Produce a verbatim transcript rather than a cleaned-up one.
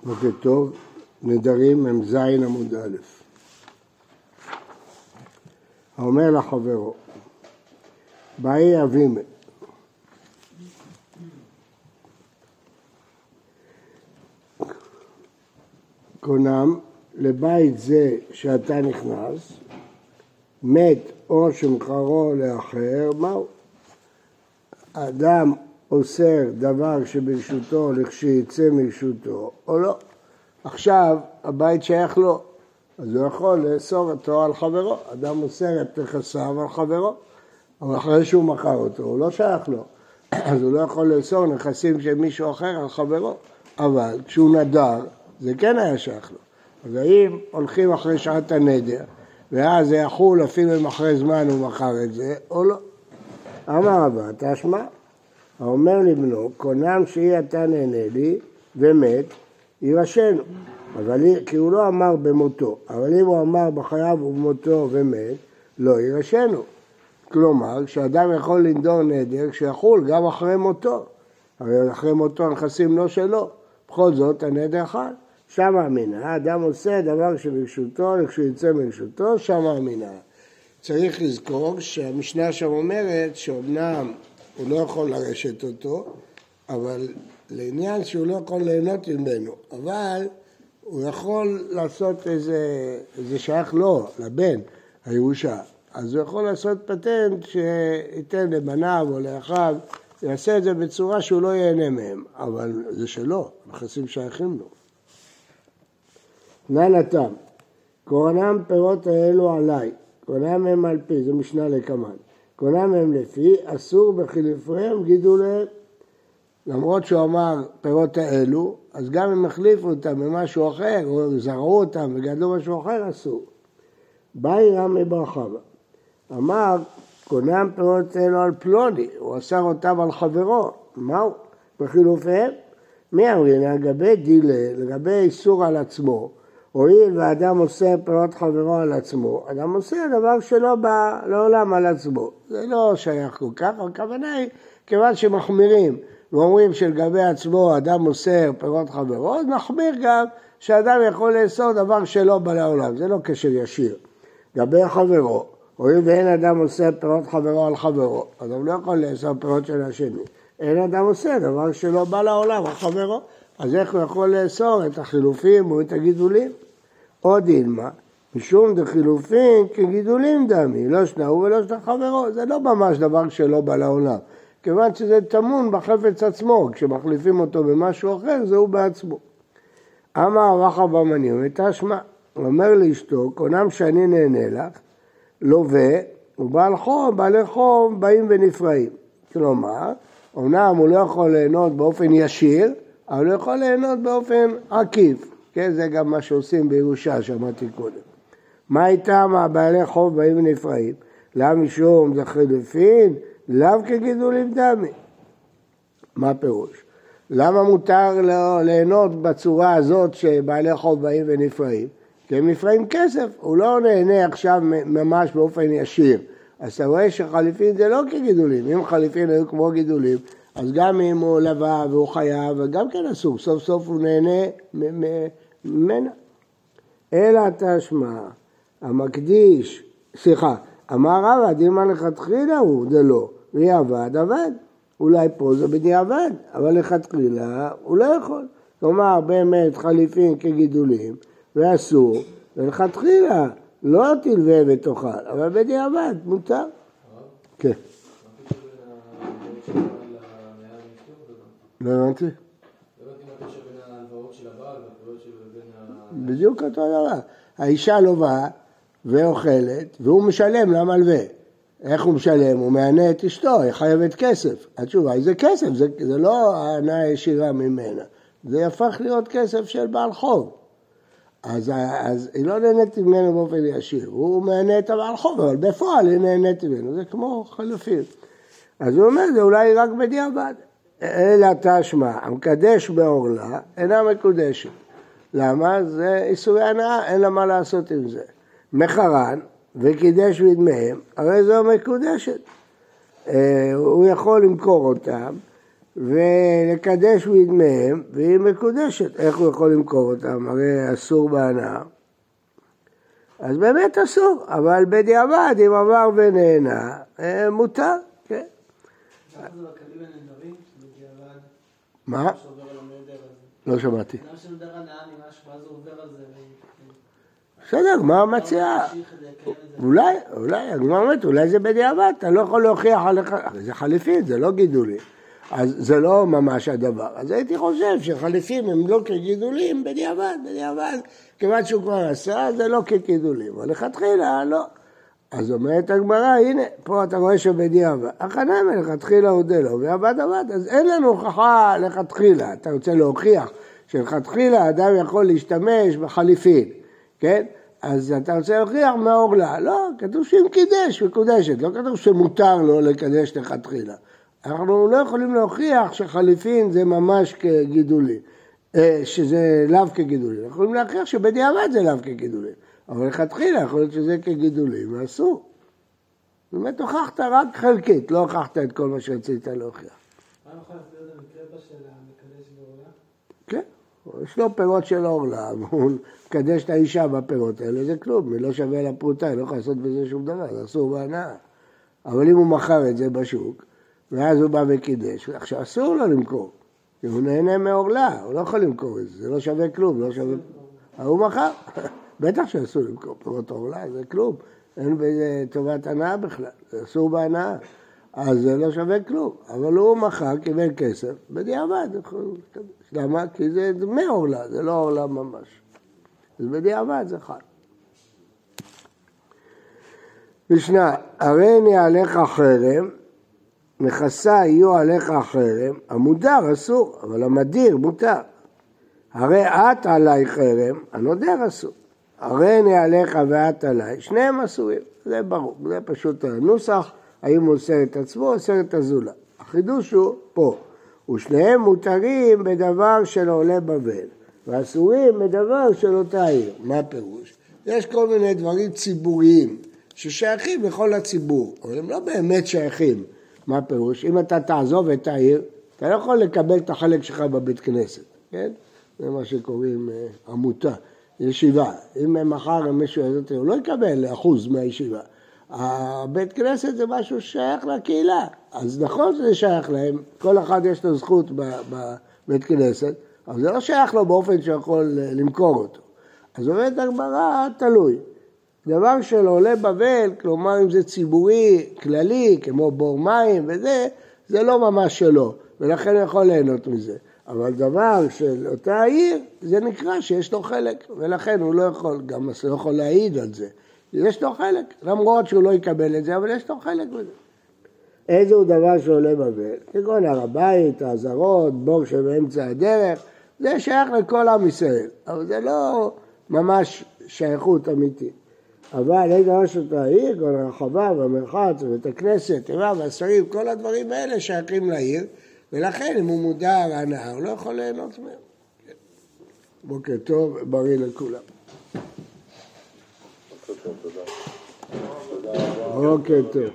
בוקר טוב, נדרים הם זין עמוד א'. האומר לחברו, באי אבימה, קונם לבית זה שאתה נכנס, מת או שמחרו לאחר, מהו? האדם אוסר דבר שברשותו לכשיצא מרשותו או לא. עכשיו הבית שייך לו, אז הוא יכול לאסור אותו על חברו. אדם אוסר את נכסיו על חברו, אבל אחרי שהוא מכר אותו הוא לא שייך לו, אז הוא לא יכול לאסור נכסים של מישהו אחר על חברו. אבל כשהוא נדר זה כן היה שייך לו. אז האם הולכים אחרי שעת הנדר ואז זה יחול אפילו אם אחרי זמן הוא מכר את זה או לא? אמר רבא, תשמע, האומר לבנו, קונם שהיא אתה נהנה לי ומת, יירשנו. אבל כי הוא לא אמר במותו, אבל אם הוא אמר בחייו ובמותו ומת, לא יירשנו. כלומר, כשאדם יכול לנדור נדר, שיחול גם אחרי מותו. הרי אחרי מותו הנכסים לא שלו. בכל זאת, הנדר חל. שם אמינה, האדם עושה דבר שברשותו, כשהוא יצא מרשותו, שם אמינה. צריך לזכור שהמשנה שם אומרת שאומנם הוא לא יכול לרשת אותו, אבל לעניין שהוא לא יכול ליהנות ממנו, אבל הוא יכול לעשות איזה, איזה שייך לו, לבן, הירושה. אז הוא יכול לעשות פטנט שייתן לבניו או לאחיו, יעשה את זה בצורה שהוא לא ייהנה מהם, אבל זה שלו, נכסים שייכים לו. ננתם, קורנם פירות האלו עליי, קורנם הם על פי, זה משנה לקמן. קונם הם לפי, אסור בחילופיהם גידוליהם. למרות שהוא אמר פירות האלו, אז גם אם החליפו אותם במשהו אחר, או זרעו אותם וגדלו משהו אחר, אסור. באי רמי בר חבא, אמר, קונם פירות האלו על פלוני, הוא אסר אותם על חברו. מהו? בחילופיהם? מי אמרים? לגבי דילה, לגבי איסור על עצמו, הואיל ואדם עושה פירות חברו על עצמו, אדם עושה דבר שלא בא לעולם על עצמו. זה לא שייך כל כך, הכוונה היא, כיוון שמחמירים ואומרים שלגבי עצמו אדם עושה פירות חברו, אז נחמיר גם שאדם יכול לאסור דבר שלא בא לעולם. זה לא קשר ישיר. לגבי חברו, הואיל ואין אדם עושה פירות חברו על חברו, אדם לא יכול לאסור פירות של השני. אין אדם עושה דבר שלא בא לעולם על חברו. אז איך הוא יכול לאסור את החילופים או את הגידולים? עוד אילמה, משום דחילופים כגידולים דמי, לא שנאו ולא שנה חברו. זה לא ממש דבר שלא בא לעולם, כיוון שזה טמון בחפץ עצמו, כשמחליפים אותו במשהו אחר, זהו בעצמו. אמר רחב המניום, תשמע, אומר לאשתו, קונם שאני נהנה לך, לווה, ובעל חוב, בעלי חוב באים ונפרעים. כלומר, אמנם הוא לא יכול ליהנות באופן ישיר, אבל הוא יכול ליהנות באופן עקיף. כן, זה גם מה שעושים בירושה, שמעתי קודם. מה איתם הבעלי חוב באים ונפרעים? למה משום זה חילופין? לאו כגידולים דמי. מה פירוש? למה מותר ליהנות בצורה הזאת שבעלי חוב באים ונפרעים? כי הם נפרעים כסף, הוא לא נהנה עכשיו ממש באופן ישיר. אז אתה רואה שחליפין זה לא כגידולים. אם חליפין היו כמו גידולים, אז גם אם הוא לבא והוא חייב, וגם כן אסור, סוף סוף הוא נהנה ממנה. אלא תשמע, המקדיש, סליחה, אמר רבא, דימה לכתחילה הוא, זה לא, מי עבד, עבד. אולי פה זה בדיעבד, אבל לכתחילה הוא לא יכול. כלומר, באמת חליפין כגידולים, ואסור, ולכתחילה לא תלווה ותאכל, אבל בדיעבד מותר. כן. לא הבנתי? לא הבנתי מה הקשר בין ההלוואות של הבעל וההלוואות של בין ה... בדיוק אותו דבר. האישה לווה ואוכלת והוא משלם למלווה. איך הוא משלם? הוא מענה את אשתו, היא חייבת כסף. התשובה היא זה כסף, זה, זה לא הענה ישירה ממנה. זה הפך להיות כסף של בעל חוב. אז, אז היא לא נהנית ממנו באופן ישיר. הוא מענה את הבעל חוב, אבל בפועל היא נהנית ממנו. זה כמו חלופים. אז הוא אומר, זה אולי רק בדיעבד. אלא תשמע, המקדש בעורלה אינה מקודשת. למה? זה איסורי הנאה, אין לה מה לעשות עם זה. מחרן וקידש בדמיהם, הרי זו מקודשת. הוא יכול למכור אותם ולקדש מדמיהם, והיא מקודשת. איך הוא יכול למכור אותם? הרי אסור בהנאה. אז באמת אסור, אבל בדיעבד, אם עבר ונהנה, מותר, כן. למה זה בכלים הנדרים? בדיעבד? מה? שעובר על הנדר הזה. לא שמעתי. למה שנדר הנאה ממש, מה זה עובר על זה? בסדר, הגמרא מציעה. אולי, אולי, הגמרא אומרת, אולי זה בדיעבד, אתה לא יכול להוכיח עליך, זה חליפין, זה לא גידולי. אז זה לא ממש הדבר. אז הייתי חושב שחליפים הם לא כגידולים בדיעבד, בדיעבד. כיוון שהוא כבר עשה, זה לא כגידולים. אבל לכתחילה, לא. אז אומרת הגמרא, הנה, פה אתה רואה שבדיעבד. הכנה מלכתחילה הוא דלו, ועבד עבד. אז אין לנו הוכחה לכתחילה. אתה רוצה להוכיח שלכתחילה אדם יכול להשתמש בחליפין, כן? אז אתה רוצה להוכיח מהעורלה. לא, כתוב שאם קידש, מקודשת. לא כתוב שמותר לו לקדש לכתחילה. אנחנו לא יכולים להוכיח שחליפין זה ממש כגידולים, שזה לאו כגידולים. אנחנו יכולים להוכיח שבדיעבד זה לאו כגידולים. אבל לכתחילה יכול להיות שזה כגידולים, ואסור. באמת הוכחת רק חלקית, לא הוכחת את כל מה שרצית להוכיח. מה יכול להיות המקרה בה של המקדש בעורלה? כן, יש לו פירות של עורלה, והוא מקדש את האישה בפירות האלה, זה כלום, היא לא שווה לפרוטה, היא לא יכולה לעשות בזה שום דבר, זה אסור בהנאה. אבל אם הוא מכר את זה בשוק, ואז הוא בא וקידש, עכשיו אסור לו למכור, כי הוא נהנה מעורלה, הוא לא יכול למכור את זה, זה לא שווה כלום, לא שווה... אבל הוא מכר, בטח שאסור למכור פירות עורלה, זה כלום, אין בזה טובת הנאה בכלל, זה אסור בהנאה, אז זה לא שווה כלום, אבל הוא מכר, קיבל כסף, בדיעבד, למה? כי זה דמי עורלה, זה לא עורלה ממש, אז בדיעבד זה חל. משנה, הריני עליך חרם, מכסה יהיו עליך החרם, המודר אסור, אבל המדיר מותר. הרי את עלי חרם, הנודר אסור. הרי אני עליך ואת עלי, שניהם אסורים, זה ברור, זה פשוט הנוסח, האם הוא אוסר את עצמו או אוסר את הזולה. החידוש הוא פה, ושניהם מותרים בדבר של עולה בבל, ואסורים בדבר של אותה עיר. מה הפירוש? יש כל מיני דברים ציבוריים ששייכים לכל הציבור, אבל הם לא באמת שייכים. מה הפירוש? אם אתה תעזוב את העיר, אתה לא יכול לקבל את החלק שלך בבית כנסת, כן? זה מה שקוראים uh, עמותה, ישיבה. אם מחר מישהו יזאת, הוא לא יקבל אחוז מהישיבה. הבית כנסת זה משהו ששייך לקהילה, אז נכון שזה שייך להם, כל אחד יש לו זכות בבית כנסת, אבל זה לא שייך לו באופן שיכול למכור אותו. אז אומרת הגמרא, תלוי. דבר של עולה בבל, כלומר אם זה ציבורי, כללי, כמו בור מים וזה, זה לא ממש שלו, ולכן הוא יכול ליהנות מזה. אבל דבר של אותה עיר, זה נקרא שיש לו חלק, ולכן הוא לא יכול, גם לא יכול להעיד על זה. יש לו חלק, למרות שהוא לא יקבל את זה, אבל יש לו חלק בזה. איזה הוא דבר שעולה בבל? כגון הר הבית, העזרות, בור שבאמצע הדרך, זה שייך לכל עם ישראל, אבל זה לא ממש שייכות אמיתית. אבל אין דבר שאתה העיר, כל הרחבה והמרחץ ובית הכנסת, תיבה והשרים, כל הדברים האלה שייכים לעיר, ולכן אם הוא מודע להנאה, הוא לא יכול ליהנות מהם. בוקר טוב, בריא לכולם. בוקר טוב.